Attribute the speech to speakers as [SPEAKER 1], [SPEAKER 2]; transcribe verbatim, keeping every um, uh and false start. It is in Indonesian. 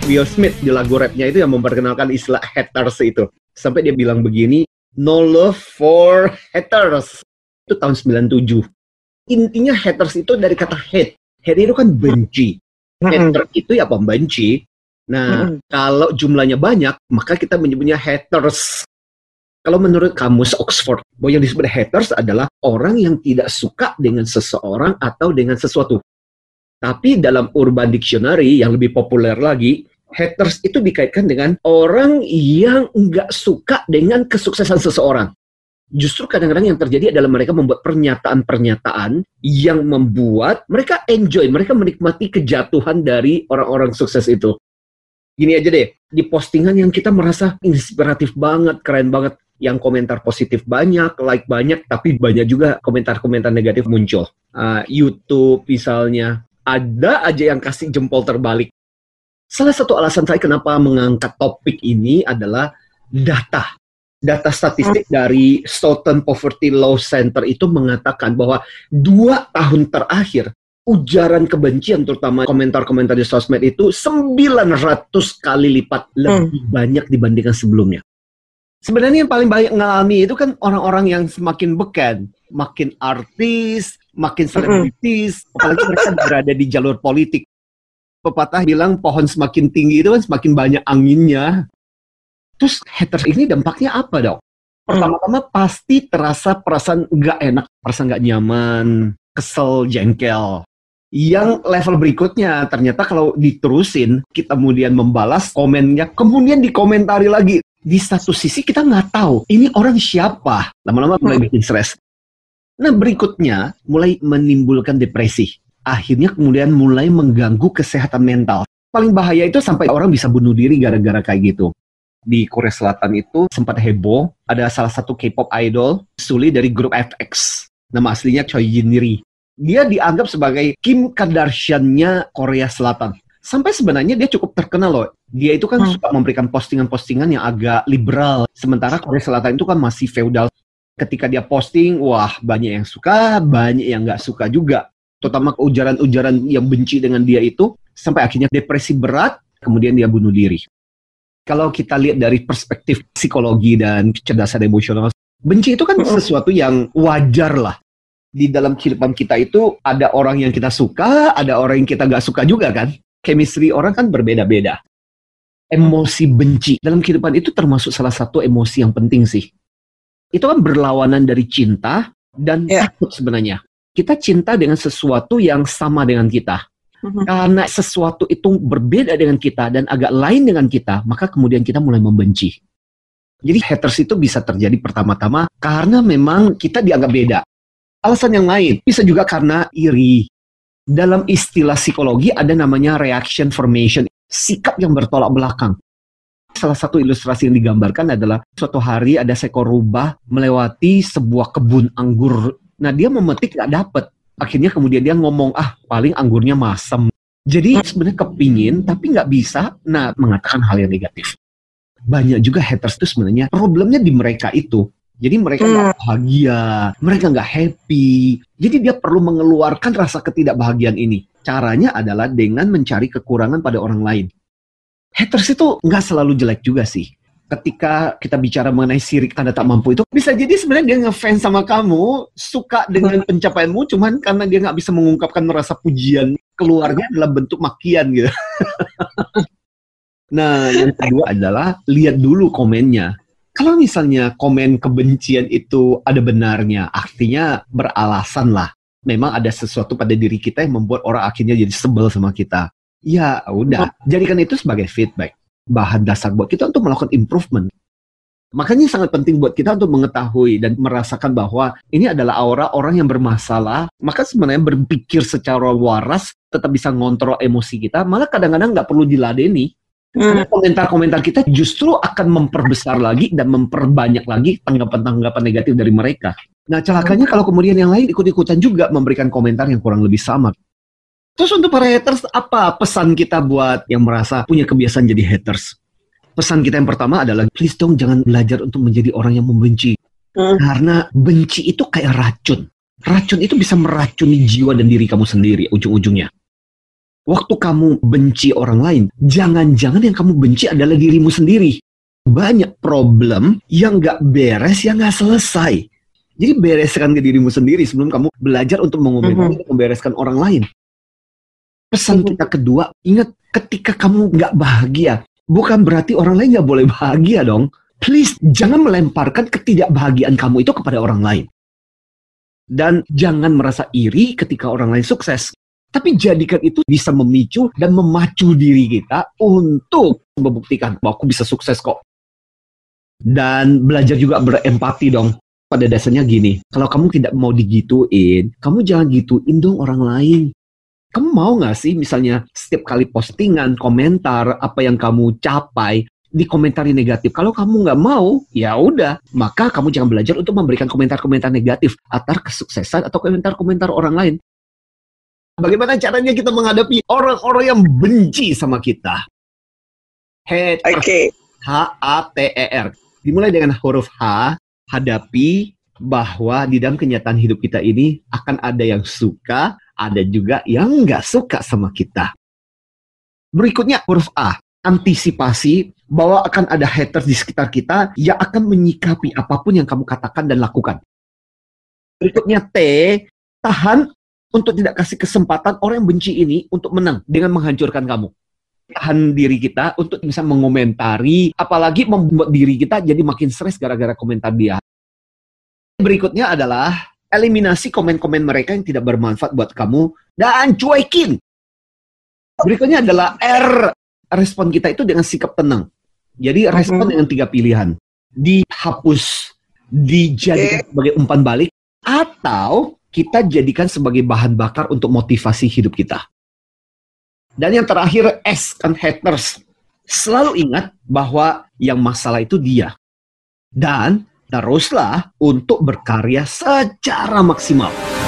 [SPEAKER 1] Will Smith di lagu rapnya itu yang memperkenalkan istilah haters itu. Sampai dia bilang begini, no love for haters. Itu tahun sembilan puluh tujuh. Intinya haters itu dari kata hate. Hate itu kan benci. Hater itu ya pembenci. Nah, mm-hmm. kalau jumlahnya banyak, maka kita menyebutnya haters. Kalau menurut kamus Oxford, bahwa yang disebut haters adalah orang yang tidak suka dengan seseorang atau dengan sesuatu. Tapi dalam Urban Dictionary yang lebih populer lagi, haters itu dikaitkan dengan orang yang nggak suka dengan kesuksesan seseorang. Justru kadang-kadang yang terjadi adalah mereka membuat pernyataan-pernyataan yang membuat mereka enjoy, mereka menikmati kejatuhan dari orang-orang sukses itu. Gini aja deh, di postingan yang kita merasa inspiratif banget, keren banget, yang komentar positif banyak, like banyak, tapi banyak juga komentar-komentar negatif muncul. Uh, YouTube misalnya, ada aja yang kasih jempol terbalik. Salah satu alasan saya kenapa mengangkat topik ini adalah data. Data statistik dari Stoughton Poverty Law Center itu mengatakan bahwa dua tahun terakhir, ujaran kebencian, terutama komentar-komentar di sosmed itu sembilan ratus kali lipat lebih hmm. banyak dibandingkan sebelumnya. Sebenarnya yang paling banyak ngalami itu kan orang-orang yang semakin beken, makin artis, makin selebritis, hmm. apalagi mereka berada di jalur politik. Pepatah bilang pohon semakin tinggi itu kan semakin banyak anginnya. Terus haters ini dampaknya apa dong? Pertama-tama pasti terasa perasaan nggak enak, perasaan nggak nyaman, kesel, jengkel. Yang level berikutnya, ternyata kalau diterusin, kita kemudian membalas komennya, kemudian dikomentari lagi. Di satu sisi kita nggak tahu, ini orang siapa? Lama-lama mulai bikin stres. Nah berikutnya, mulai menimbulkan depresi. Akhirnya kemudian mulai mengganggu kesehatan mental. Paling bahaya itu sampai orang bisa bunuh diri gara-gara kayak gitu. Di Korea Selatan itu sempat heboh, ada salah satu K-pop idol, Sulli dari grup F X. Nama aslinya Choi Jin-ri. Dia dianggap sebagai Kim Kardashian-nya Korea Selatan. Sampai sebenarnya dia cukup terkenal loh. Dia itu kan hmm. suka memberikan postingan-postingan yang agak liberal. Sementara Korea Selatan itu kan masih feudal. Ketika dia posting, wah banyak yang suka, banyak yang nggak suka juga. Terutama ujaran-ujaran yang benci dengan dia itu, sampai akhirnya depresi berat, kemudian dia bunuh diri. Kalau kita lihat dari perspektif psikologi dan kecerdasan emosional, benci itu kan sesuatu yang wajar lah. Di dalam kehidupan kita itu ada orang yang kita suka, ada orang yang kita nggak suka juga kan. Chemistry orang kan berbeda-beda. Emosi benci dalam kehidupan itu termasuk salah satu emosi yang penting sih. Itu kan berlawanan dari cinta dan yeah. takut sebenarnya. Kita cinta dengan sesuatu yang sama dengan kita. Karena sesuatu itu berbeda dengan kita dan agak lain dengan kita, maka kemudian kita mulai membenci. Jadi haters itu bisa terjadi pertama-tama karena memang kita dianggap beda. Alasan yang lain bisa juga karena iri. Dalam istilah psikologi ada namanya reaction formation, sikap yang bertolak belakang. Salah satu ilustrasi yang digambarkan adalah suatu hari ada seekor rubah melewati sebuah kebun anggur. Nah dia memetik nggak dapet. Akhirnya kemudian dia ngomong, ah paling anggurnya masam. Jadi sebenarnya kepingin, tapi nggak bisa, nah mengatakan hal yang negatif. Banyak juga haters itu sebenarnya problemnya di mereka itu. Jadi mereka nggak bahagia, mereka nggak happy. Jadi dia perlu mengeluarkan rasa ketidakbahagiaan ini. Caranya adalah dengan mencari kekurangan pada orang lain. Haters itu nggak selalu jelek juga sih. Ketika kita bicara mengenai sirik tanda tak mampu itu, bisa jadi sebenarnya dia ngefans sama kamu, suka dengan pencapaianmu, cuman karena dia nggak bisa mengungkapkan merasa pujian, keluarnya dalam bentuk makian gitu. Nah, yang kedua adalah lihat dulu komennya. Kalau misalnya komen kebencian itu ada benarnya, artinya beralasan lah. Memang ada sesuatu pada diri kita yang membuat orang akhirnya jadi sebel sama kita. Ya udah, jadikan itu sebagai feedback. Bahan dasar buat kita untuk melakukan improvement. Makanya sangat penting buat kita untuk mengetahui dan merasakan bahwa ini adalah aura orang yang bermasalah. Maka sebenarnya berpikir secara waras, tetap bisa ngontrol emosi kita, malah kadang-kadang nggak perlu diladeni. Karena komentar-komentar kita justru akan memperbesar lagi dan memperbanyak lagi tanggapan-tanggapan negatif dari mereka. Nah celakanya kalau kemudian yang lain ikut-ikutan juga memberikan komentar yang kurang lebih sama. Terus untuk para haters, apa pesan kita buat yang merasa punya kebiasaan jadi haters? Pesan kita yang pertama adalah, please dong jangan belajar untuk menjadi orang yang membenci. Hmm. Karena benci itu kayak racun. Racun itu bisa meracuni jiwa dan diri kamu sendiri ujung-ujungnya. Waktu kamu benci orang lain, jangan-jangan yang kamu benci adalah dirimu sendiri. Banyak problem yang nggak beres, yang nggak selesai. Jadi bereskan ke dirimu sendiri sebelum kamu belajar untuk mengomentari
[SPEAKER 2] Mhm.
[SPEAKER 1] dan membereskan orang lain. Pesan
[SPEAKER 2] Mhm.
[SPEAKER 1] kita kedua, ingat ketika kamu nggak bahagia, bukan berarti orang lain nggak boleh bahagia dong. Please, jangan melemparkan ketidakbahagiaan kamu itu kepada orang lain. Dan jangan merasa iri ketika orang lain sukses. Tapi jadikan itu bisa memicu dan memacu diri kita untuk membuktikan bahwa aku bisa sukses kok. Dan belajar juga berempati dong. Pada dasarnya gini, kalau kamu tidak mau digituin, kamu jangan gituin dong orang lain. Kamu mau nggak sih misalnya setiap kali postingan, komentar, apa yang kamu capai, dikomentari negatif? Kalau kamu nggak mau, ya udah, maka kamu jangan belajar untuk memberikan komentar-komentar negatif atas kesuksesan atau komentar-komentar orang lain. Bagaimana caranya kita menghadapi orang-orang yang benci sama kita? Haters.
[SPEAKER 2] Oke. Okay.
[SPEAKER 1] H A T E R. Dimulai dengan huruf H, hadapi bahwa di dalam kenyataan hidup kita ini akan ada yang suka, ada juga yang nggak suka sama kita. Berikutnya huruf A, antisipasi bahwa akan ada haters di sekitar kita yang akan menyikapi apapun yang kamu katakan dan lakukan. Berikutnya T, tahan untuk tidak kasih kesempatan orang yang benci ini untuk menang dengan menghancurkan kamu. Tahan diri kita untuk bisa mengomentari, apalagi membuat diri kita jadi makin stres gara-gara komentar dia. Berikutnya adalah eliminasi komen-komen mereka yang tidak bermanfaat buat kamu dan cuekin. Berikutnya adalah R, respon kita itu dengan sikap tenang. Jadi respon
[SPEAKER 2] Mhm.
[SPEAKER 1] dengan tiga pilihan. Dihapus, dijadikan
[SPEAKER 2] Oke.
[SPEAKER 1] sebagai umpan balik, atau kita jadikan sebagai bahan bakar untuk motivasi hidup kita. Dan yang terakhir, S, kan haters. Selalu ingat bahwa yang masalah itu dia. Dan teruslah untuk berkarya secara maksimal.